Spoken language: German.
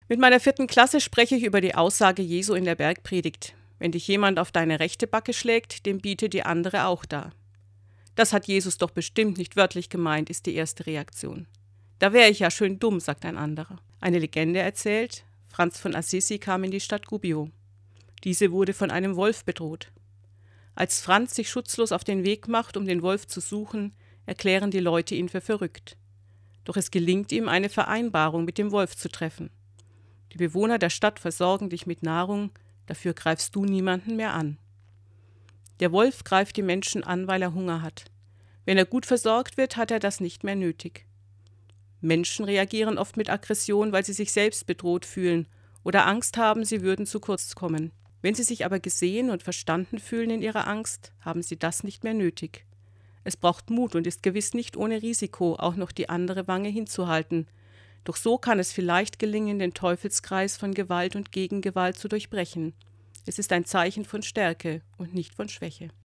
Mit meiner 4. Klasse spreche ich über die Aussage Jesu in der Bergpredigt: Wenn dich jemand auf deine rechte Backe schlägt, dem biete die andere auch dar. Das hat Jesus doch bestimmt nicht wörtlich gemeint, ist die erste Reaktion. Da wäre ich ja schön dumm, sagt ein anderer. Eine Legende erzählt, Franz von Assisi kam in die Stadt Gubbio. Diese wurde von einem Wolf bedroht. Als Franz sich schutzlos auf den Weg macht, um den Wolf zu suchen, erklären die Leute ihn für verrückt. Doch es gelingt ihm, eine Vereinbarung mit dem Wolf zu treffen. Die Bewohner der Stadt versorgen dich mit Nahrung, dafür greifst du niemanden mehr an. Der Wolf greift die Menschen an, weil er Hunger hat. Wenn er gut versorgt wird, hat er das nicht mehr nötig. Menschen reagieren oft mit Aggression, weil sie sich selbst bedroht fühlen oder Angst haben, sie würden zu kurz kommen. Wenn sie sich aber gesehen und verstanden fühlen in ihrer Angst, haben sie das nicht mehr nötig. Es braucht Mut und ist gewiss nicht ohne Risiko, auch noch die andere Wange hinzuhalten. Doch so kann es vielleicht gelingen, den Teufelskreis von Gewalt und Gegengewalt zu durchbrechen. Es ist ein Zeichen von Stärke und nicht von Schwäche.